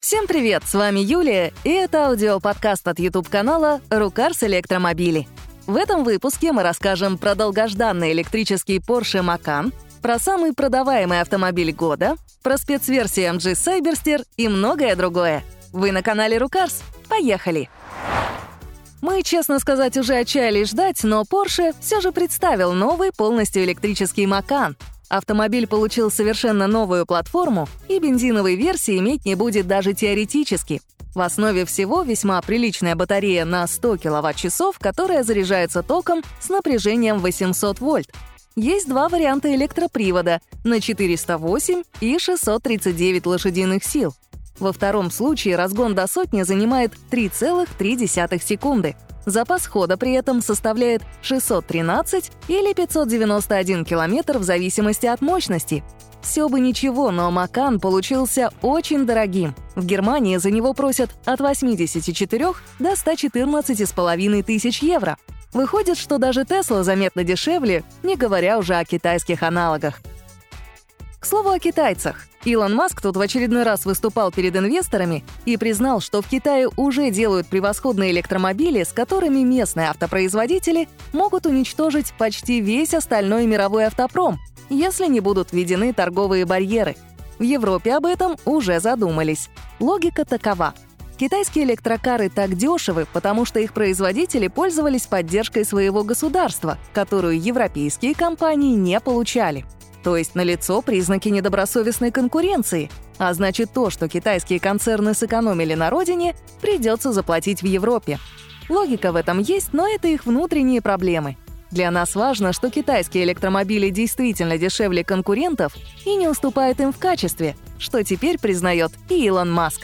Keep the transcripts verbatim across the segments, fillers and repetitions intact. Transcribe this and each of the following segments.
Всем привет, с вами Юлия, и это аудиоподкаст от YouTube-канала «Рукарс Электромобили». В этом выпуске мы расскажем про долгожданный электрический Porsche Macan, про самый продаваемый автомобиль года, про спецверсию эм джи Cyberster и многое другое. Вы на канале Рукарс. Поехали! Мы, честно сказать, уже отчаялись ждать, но Porsche все же представил новый полностью электрический Macan. Автомобиль получил совершенно новую платформу, и бензиновой версии иметь не будет даже теоретически. В основе всего весьма приличная батарея на сто киловатт-часов, которая заряжается током с напряжением восемьсот вольт. Есть два варианта электропривода на четыреста восемь и шестьсот тридцать девять лошадиных сил. Во втором случае разгон до сотни занимает три целых три десятых секунды. Запас хода при этом составляет шестьсот тринадцать или пятьсот девяносто один километр в зависимости от мощности. Все бы ничего, но Macan получился очень дорогим. В Германии за него просят от восьмидесяти четырёх до ста четырнадцати с половиной тысяч евро. Выходит, что даже Tesla заметно дешевле, не говоря уже о китайских аналогах. К слову о китайцах. Илон Маск тут в очередной раз выступал перед инвесторами и признал, что в Китае уже делают превосходные электромобили, с которыми местные автопроизводители могут уничтожить почти весь остальной мировой автопром, если не будут введены торговые барьеры. В Европе об этом уже задумались. Логика такова. Китайские электрокары так дешевы, потому что их производители пользовались поддержкой своего государства, которую европейские компании не получали. То есть налицо признаки недобросовестной конкуренции, а значит то, что китайские концерны сэкономили на родине, придется заплатить в Европе. Логика в этом есть, но это их внутренние проблемы. Для нас важно, что китайские электромобили действительно дешевле конкурентов и не уступают им в качестве, что теперь признает и Илон Маск.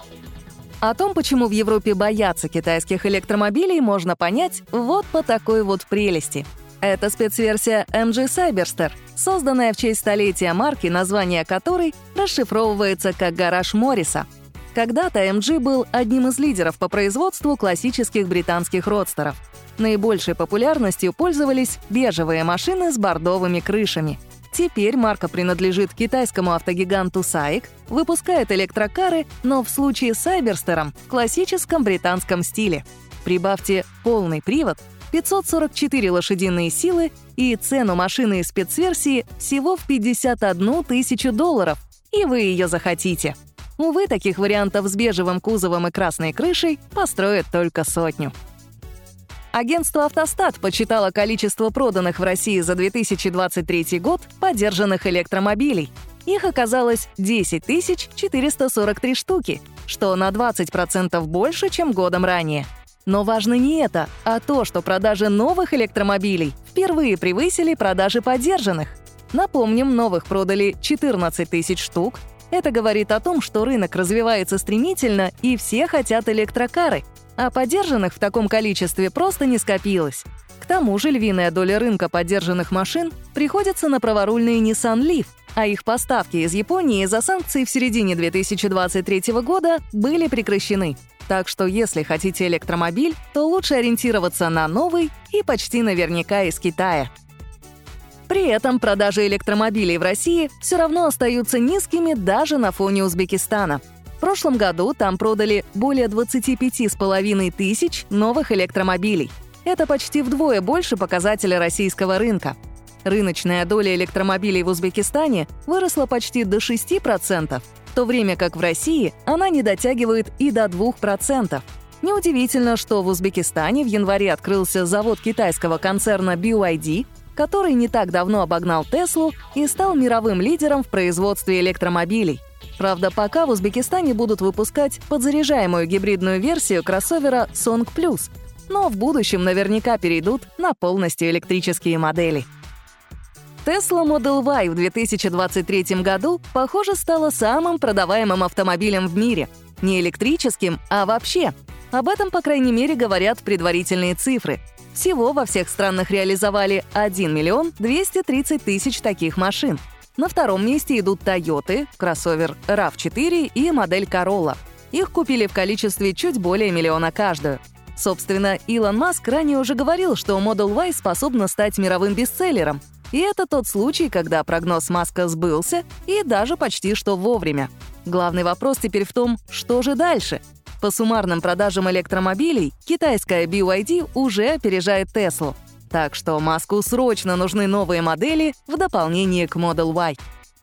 О том, почему в Европе боятся китайских электромобилей, можно понять вот по такой вот прелести. Это спецверсия эм джи Cyberster, созданная в честь столетия марки, название которой расшифровывается как «Гараж Морриса». Когда-то эм джи был одним из лидеров по производству классических британских родстеров. Наибольшей популярностью пользовались бежевые машины с бордовыми крышами. Теперь марка принадлежит китайскому автогиганту SAIC, выпускает электрокары, но в случае с Cyberster'ом в классическом британском стиле. Прибавьте полный привод, пятьсот сорок четыре лошадиные силы и цену машины из спецверсии всего в пятьдесят одну тысячу долларов, и вы ее захотите. Увы, таких вариантов с бежевым кузовом и красной крышей построят только сотню. Агентство «Автостат» подсчитало количество проданных в России за две тысячи двадцать третий год подержанных электромобилей. Их оказалось десять тысяч четыреста сорок три штуки, что на двадцать процентов больше, чем годом ранее. Но важно не это, а то, что продажи новых электромобилей впервые превысили продажи подержанных. Напомним, новых продали четырнадцать тысяч штук. Это говорит о том, что рынок развивается стремительно, и все хотят электрокары, а подержанных в таком количестве просто не скопилось. К тому же львиная доля рынка подержанных машин приходится на праворульные Nissan Leaf, а их поставки из Японии из-за санкций в середине две тысячи двадцать третьего года были прекращены. Так что если хотите электромобиль, то лучше ориентироваться на новый и почти наверняка из Китая. При этом продажи электромобилей в России все равно остаются низкими даже на фоне Узбекистана. В прошлом году там продали более двадцати пяти с половиной тысяч новых электромобилей. Это почти вдвое больше показателя российского рынка. Рыночная доля электромобилей в Узбекистане выросла почти до шести процентов, в то время как в России она не дотягивает и до двух процентов. Неудивительно, что в Узбекистане в январе открылся завод китайского концерна би вай ди, который не так давно обогнал Теслу и стал мировым лидером в производстве электромобилей. Правда, пока в Узбекистане будут выпускать подзаряжаемую гибридную версию кроссовера Song Plus, но в будущем наверняка перейдут на полностью электрические модели. Tesla Model Y в две тысячи двадцать третьем году, похоже, стала самым продаваемым автомобилем в мире. Не электрическим, а вообще. Об этом, по крайней мере, говорят предварительные цифры. Всего во всех странах реализовали один миллион двести тридцать тысяч таких машин. На втором месте идут Toyota, кроссовер рав четыре и модель Corolla. Их купили в количестве чуть более миллиона каждую. Собственно, Илон Маск ранее уже говорил, что Model Y способна стать мировым бестселлером. И это тот случай, когда прогноз Маска сбылся, и даже почти что вовремя. Главный вопрос теперь в том, что же дальше? По суммарным продажам электромобилей китайская би вай ди уже опережает Теслу. Так что Маску срочно нужны новые модели в дополнение к Model Y.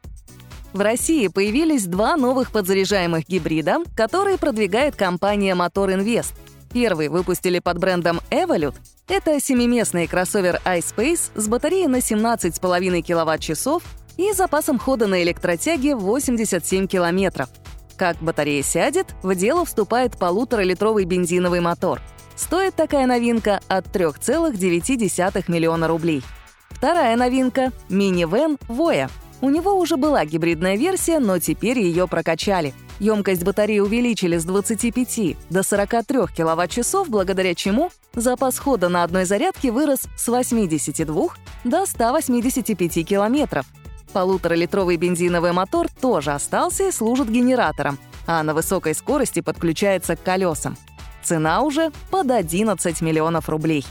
В России появились два новых подзаряжаемых гибрида, которые продвигает компания Motor Invest. Первый выпустили под брендом Evolute. Это семиместный кроссовер iSpace с батареей на семнадцать целых пять десятых киловатт-часов и запасом хода на электротяге восемьдесят семь километров. Как батарея сядет, в дело вступает полуторалитровый бензиновый мотор. Стоит такая новинка от три целых девять десятых миллиона рублей. Вторая новинка — минивэн Voya. У него уже была гибридная версия, но теперь ее прокачали. Емкость батареи увеличили с двадцати пяти до сорока трёх киловатт-часов, благодаря чему запас хода на одной зарядке вырос с восьмидесяти двух до ста восьмидесяти пяти километров. Полуторалитровый бензиновый мотор тоже остался и служит генератором, а на высокой скорости подключается к колесам. Цена уже под одиннадцать миллионов рублей.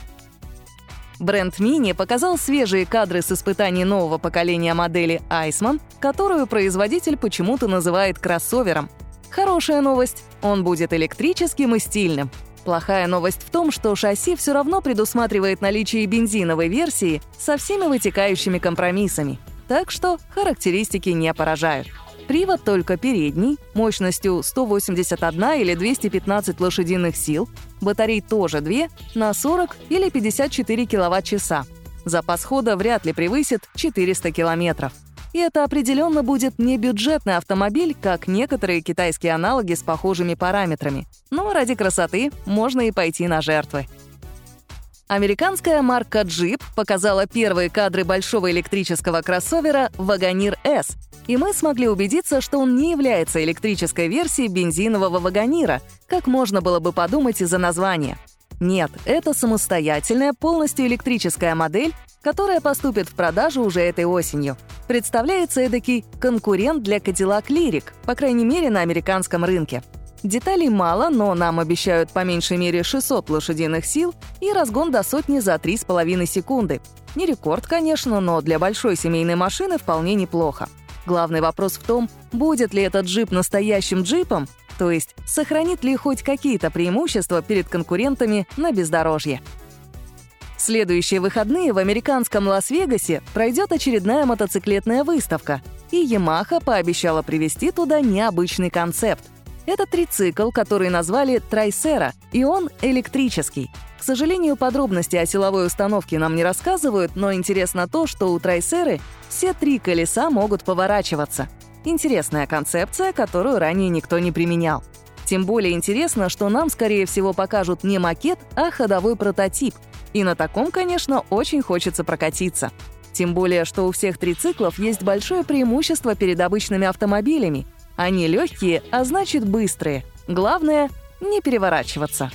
Бренд Mini показал свежие кадры с испытаний нового поколения модели Iceman, которую производитель почему-то называет кроссовером. Хорошая новость — он будет электрическим и стильным. Плохая новость в том, что шасси все равно предусматривает наличие бензиновой версии со всеми вытекающими компромиссами. Так что характеристики не поражают. Привод только передний, мощностью сто восемьдесят одна или двести пятнадцать лошадиных сил, батарей тоже две, на сорок или пятьдесят четыре киловатт-часа. Запас хода вряд ли превысит четыреста километров. И это определенно будет не бюджетный автомобиль, как некоторые китайские аналоги с похожими параметрами. Но ради красоты можно и пойти на жертвы. Американская марка Jeep показала первые кадры большого электрического кроссовера Wagoneer S, и мы смогли убедиться, что он не является электрической версией бензинового Wagoneer, как можно было бы подумать из-за названия. Нет, это самостоятельная, полностью электрическая модель, которая поступит в продажу уже этой осенью. Представляется эдакий конкурент для Cadillac Lyriq, по крайней мере, на американском рынке. Деталей мало, но нам обещают по меньшей мере шестьсот лошадиных сил и разгон до сотни за три с половиной секунды. Не рекорд, конечно, но для большой семейной машины вполне неплохо. Главный вопрос в том, будет ли этот джип настоящим джипом, то есть сохранит ли хоть какие-то преимущества перед конкурентами на бездорожье. В следующие выходные в американском Лас-Вегасе пройдет очередная мотоциклетная выставка, и Yamaha пообещала привезти туда необычный концепт. Это трицикл, который назвали Трайсера, и он электрический. К сожалению, подробности о силовой установке нам не рассказывают, но интересно то, что у Трайсеры все три колеса могут поворачиваться. Интересная концепция, которую ранее никто не применял. Тем более интересно, что нам, скорее всего, покажут не макет, а ходовой прототип. И на таком, конечно, очень хочется прокатиться. Тем более, что у всех трициклов есть большое преимущество перед обычными автомобилями. Они легкие, а значит быстрые. Главное — не переворачиваться.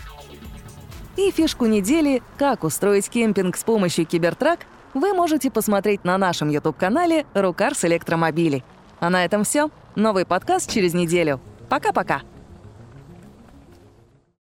И фишку недели «Как устроить кемпинг с помощью Кибертрак» вы можете посмотреть на нашем YouTube-канале «Рукарс Электромобили». А на этом все. Новый подкаст через неделю. Пока-пока!